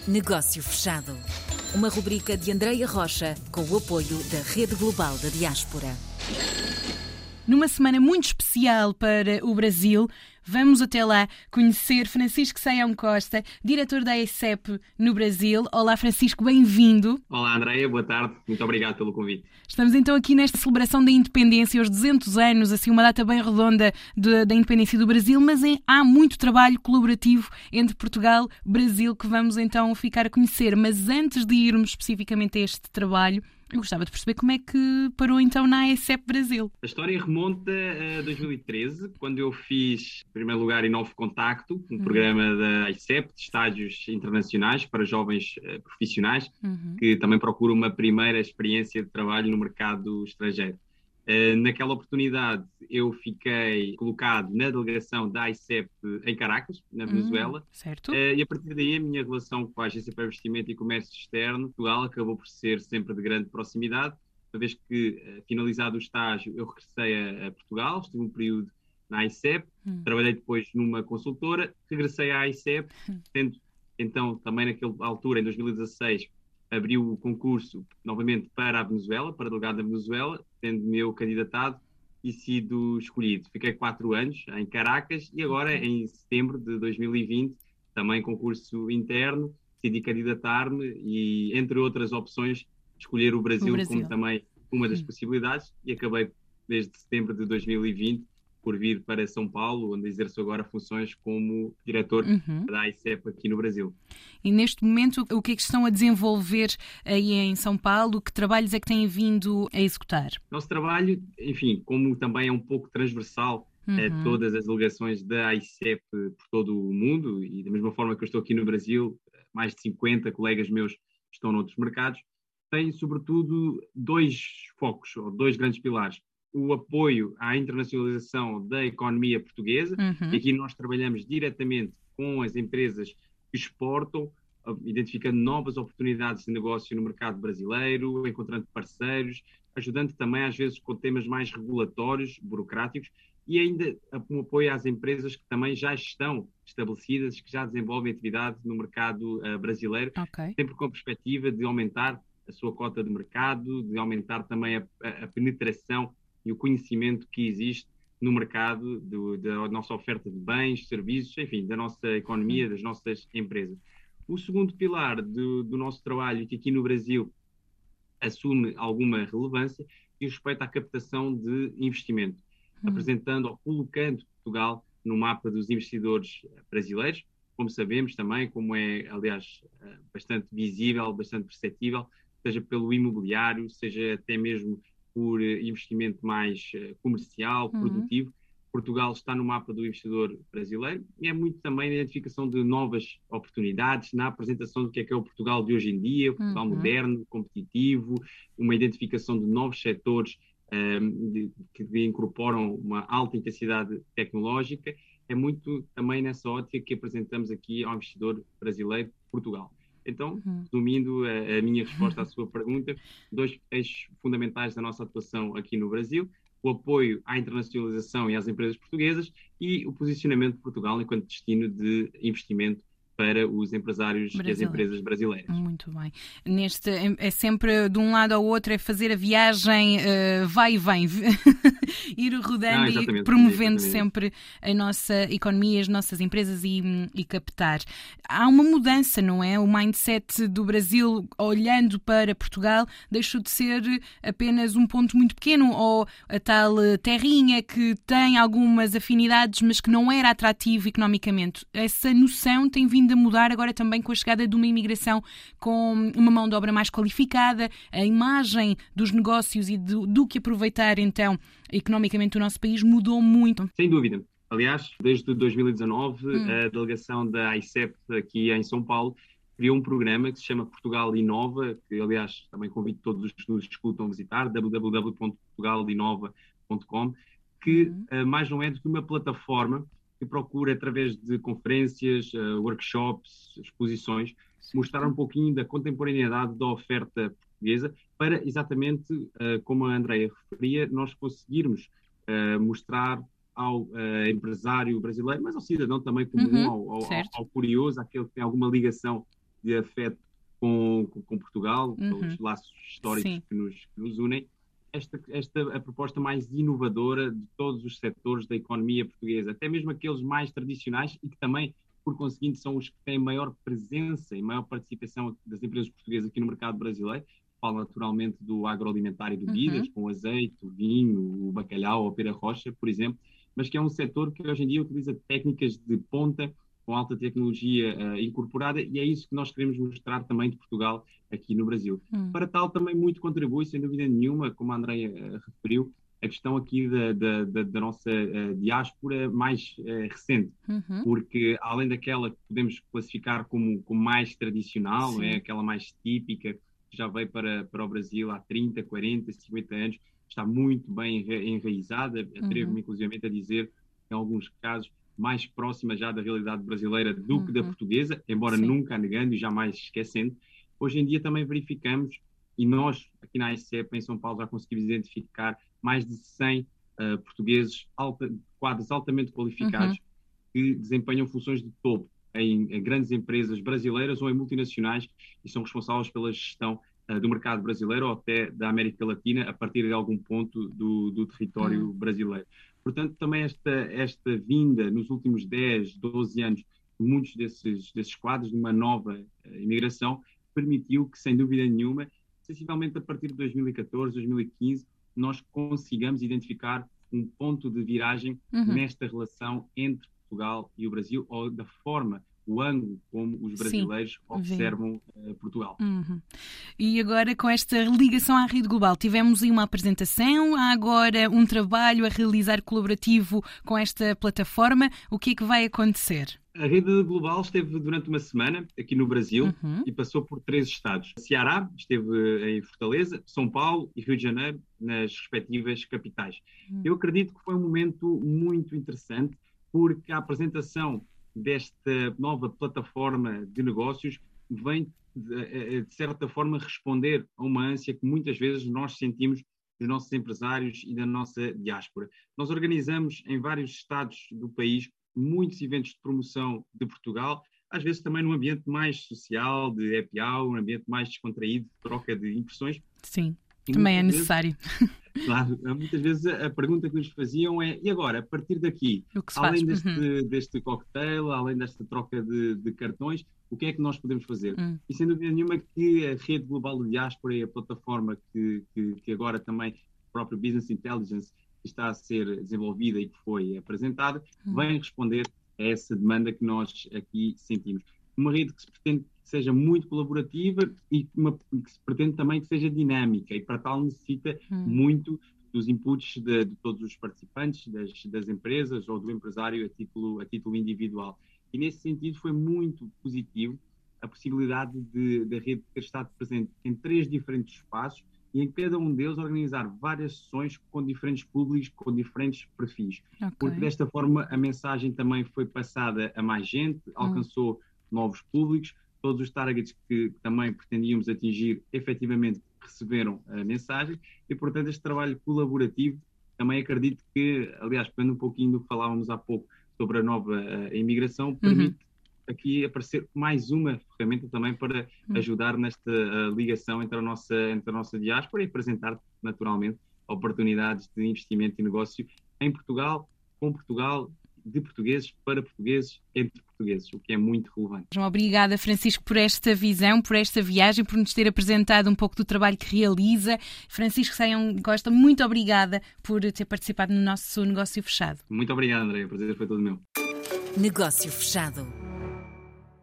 Negócio Fechado. Uma rubrica de Andreia Rocha com o apoio da Rede Global da Diaspora. Numa semana muito especial para o Brasil, vamos até lá conhecer Francisco Saião Costa, diretor da ACEP no Brasil. Olá, Francisco, bem-vindo. Olá, Andreia, boa tarde. Muito obrigado pelo convite. Estamos então aqui nesta celebração da independência, aos 200 anos, assim uma data bem redonda da independência do Brasil, mas há muito trabalho colaborativo entre Portugal e Brasil que vamos então ficar a conhecer. Mas antes de irmos especificamente a este trabalho, eu gostava de perceber como é que parou então na ACEP Brasil. A história remonta a 2013, quando eu fiz, em primeiro lugar, Inovo Contacto, um programa da ACEP de estágios internacionais para jovens profissionais, que também procura uma primeira experiência de trabalho no mercado estrangeiro. Naquela oportunidade, eu fiquei colocado na delegação da ACEP em Caracas, na Venezuela. Certo. E a partir daí, a minha relação com a Agência para Investimento e Comércio Externo de Portugal acabou por ser sempre de grande proximidade, uma vez que, finalizado o estágio, eu regressei a Portugal, estive um período na ACEP, trabalhei depois numa consultora, regressei à ACEP, tendo então também naquela altura, em 2016, abriu o concurso novamente para a Venezuela, para delegado da Venezuela, tendo-me eu candidatado e sido escolhido. Fiquei 4 anos em Caracas e agora, em setembro de 2020, também concurso interno, decidi candidatar-me e, entre outras opções, escolher o Brasil como também uma das possibilidades e acabei, desde setembro de 2020, por vir para São Paulo, onde exerço agora funções como diretor da ACEP aqui no Brasil. E neste momento, o que é que estão a desenvolver aí em São Paulo? Que trabalhos é que têm vindo a executar? Nosso trabalho, enfim, como também é um pouco transversal a todas as delegações da ACEP por todo o mundo, e da mesma forma que eu estou aqui no Brasil, mais de 50 colegas meus estão noutros mercados, tem sobretudo 2 focos, ou 2 grandes pilares. O apoio à internacionalização da economia portuguesa, e aqui nós trabalhamos diretamente com as empresas que exportam, identificando novas oportunidades de negócio no mercado brasileiro, encontrando parceiros, ajudando também às vezes com temas mais regulatórios, burocráticos, e ainda um apoio às empresas que também já estão estabelecidas, que já desenvolvem atividade no mercado brasileiro, sempre com a perspectiva de aumentar a sua cota de mercado, de aumentar também a penetração e o conhecimento que existe no mercado da nossa oferta de bens, serviços, enfim, da nossa economia, das nossas empresas. O segundo pilar do nosso trabalho, que aqui no Brasil assume alguma relevância, diz respeito à captação de investimento, apresentando ou colocando Portugal no mapa dos investidores brasileiros, como sabemos também, como é, aliás, bastante visível, bastante perceptível, seja pelo imobiliário, seja até mesmo por investimento mais comercial, produtivo. Portugal está no mapa do investidor brasileiro e é muito também na identificação de novas oportunidades, na apresentação do que é o Portugal de hoje em dia, o Portugal moderno, competitivo, uma identificação de novos setores que incorporam uma alta intensidade tecnológica. É muito também nessa ótica que apresentamos aqui ao investidor brasileiro Portugal. Então, resumindo a minha resposta à sua pergunta, 2 eixos fundamentais da nossa atuação aqui no Brasil: o apoio à internacionalização e às empresas portuguesas e o posicionamento de Portugal enquanto destino de investimento para os empresários e as empresas brasileiras. Muito bem. É sempre de um lado ao outro, é fazer a viagem, vai e vem, ir rodando e promovendo sempre a nossa economia, as nossas empresas e captar. Há uma mudança, não é? O mindset do Brasil, olhando para Portugal, deixou de ser apenas um ponto muito pequeno, ou a tal terrinha que tem algumas afinidades, mas que não era atrativo economicamente. Essa noção tem vindo a mudar agora também com a chegada de uma imigração com uma mão de obra mais qualificada, a imagem dos negócios e do que aproveitar então economicamente o nosso país mudou muito. Sem dúvida. Aliás, desde 2019, a delegação da ACEP aqui em São Paulo criou um programa que se chama Portugal Inova, que aliás também convido todos os que nos escutam a visitar, www.portugalinova.com, que mais não é do que uma plataforma que procura, através de conferências, workshops, exposições, mostrar um pouquinho da contemporaneidade da oferta portuguesa para, exatamente, como a Andreia referia, nós conseguirmos mostrar ao empresário brasileiro, mas ao cidadão também comum, ao curioso, àquele que tem alguma ligação de afeto com Portugal, pelos laços históricos que nos unem, a proposta mais inovadora de todos os setores da economia portuguesa, até mesmo aqueles mais tradicionais e que também, por conseguinte, são os que têm maior presença e maior participação das empresas portuguesas aqui no mercado brasileiro. Falo naturalmente do agroalimentar e bebidas, com o azeite, o vinho, o bacalhau, a pera rocha, por exemplo, mas que é um setor que hoje em dia utiliza técnicas de ponta, com alta tecnologia incorporada, e é isso que nós queremos mostrar também de Portugal aqui no Brasil. Para tal, também muito contribui, sem dúvida nenhuma, como a Andreia referiu, a questão aqui da nossa diáspora mais recente, porque além daquela que podemos classificar como mais tradicional, não é? Aquela mais típica, que já veio para o Brasil há 30, 40, 50 anos, está muito bem enraizada, atrevo-me inclusivamente a dizer, em alguns casos, mais próxima já da realidade brasileira do que da portuguesa, embora nunca a negando e jamais esquecendo. Hoje em dia também verificamos, e nós aqui na ICEP em São Paulo já conseguimos identificar mais de 100 portugueses, quadros altamente qualificados, que desempenham funções de topo em grandes empresas brasileiras ou em multinacionais e são responsáveis pela gestão do mercado brasileiro ou até da América Latina a partir de algum ponto do território brasileiro. Portanto, também esta vinda nos últimos 10, 12 anos de muitos desses quadros de uma nova imigração permitiu que, sem dúvida nenhuma, sensivelmente a partir de 2014, 2015, nós consigamos identificar um ponto de viragem nesta relação entre Portugal e o Brasil, ou da forma, o ângulo como os brasileiros observam Portugal. E agora, com esta ligação à Rede Global, tivemos aí uma apresentação, há agora um trabalho a realizar colaborativo com esta plataforma. O que é que vai acontecer? A Rede Global esteve durante uma semana aqui no Brasil e passou por 3 estados. Ceará, esteve em Fortaleza, São Paulo e Rio de Janeiro, nas respectivas capitais. Eu acredito que foi um momento muito interessante, porque a apresentação desta nova plataforma de negócios vem, de certa forma, responder a uma ânsia que muitas vezes nós sentimos dos nossos empresários e da nossa diáspora. Nós organizamos em vários estados do país muitos eventos de promoção de Portugal, às vezes também num ambiente mais social, de happy hour, um ambiente mais descontraído, de troca de impressões. Sim, também é necessário. Claro, muitas vezes a pergunta que nos faziam é: e agora, a partir daqui, além deste cocktail, além desta troca de cartões, o que é que nós podemos fazer? E sem dúvida nenhuma que a Rede Global de Diáspora e a plataforma que agora também o próprio Business Intelligence está a ser desenvolvida e que foi apresentada, vem responder a essa demanda que nós aqui sentimos. Uma rede que se pretende que seja muito colaborativa e que se pretende também que seja dinâmica, e para tal necessita muito dos inputs de todos os participantes, das empresas ou do empresário a título individual. E nesse sentido foi muito positivo a possibilidade da rede ter estado presente em 3 diferentes espaços e em cada um deles organizar várias sessões com diferentes públicos, com diferentes perfis. Porque desta forma a mensagem também foi passada a mais gente, alcançou novos públicos, todos os targets que também pretendíamos atingir efetivamente receberam a mensagem e, portanto, este trabalho colaborativo também acredito que, aliás, pegando um pouquinho do que falávamos há pouco sobre a nova imigração, permite aqui aparecer mais uma ferramenta também para ajudar nesta ligação entre a nossa diáspora e apresentar, naturalmente, oportunidades de investimento e negócio em Portugal, com Portugal, de portugueses para portugueses, entre portugueses, o que é muito relevante. Obrigada, Francisco, por esta visão, por esta viagem, por nos ter apresentado um pouco do trabalho que realiza. Francisco Saião Costa, muito obrigada por ter participado no nosso Negócio Fechado. Muito obrigado, André. O prazer foi todo meu. Negócio Fechado.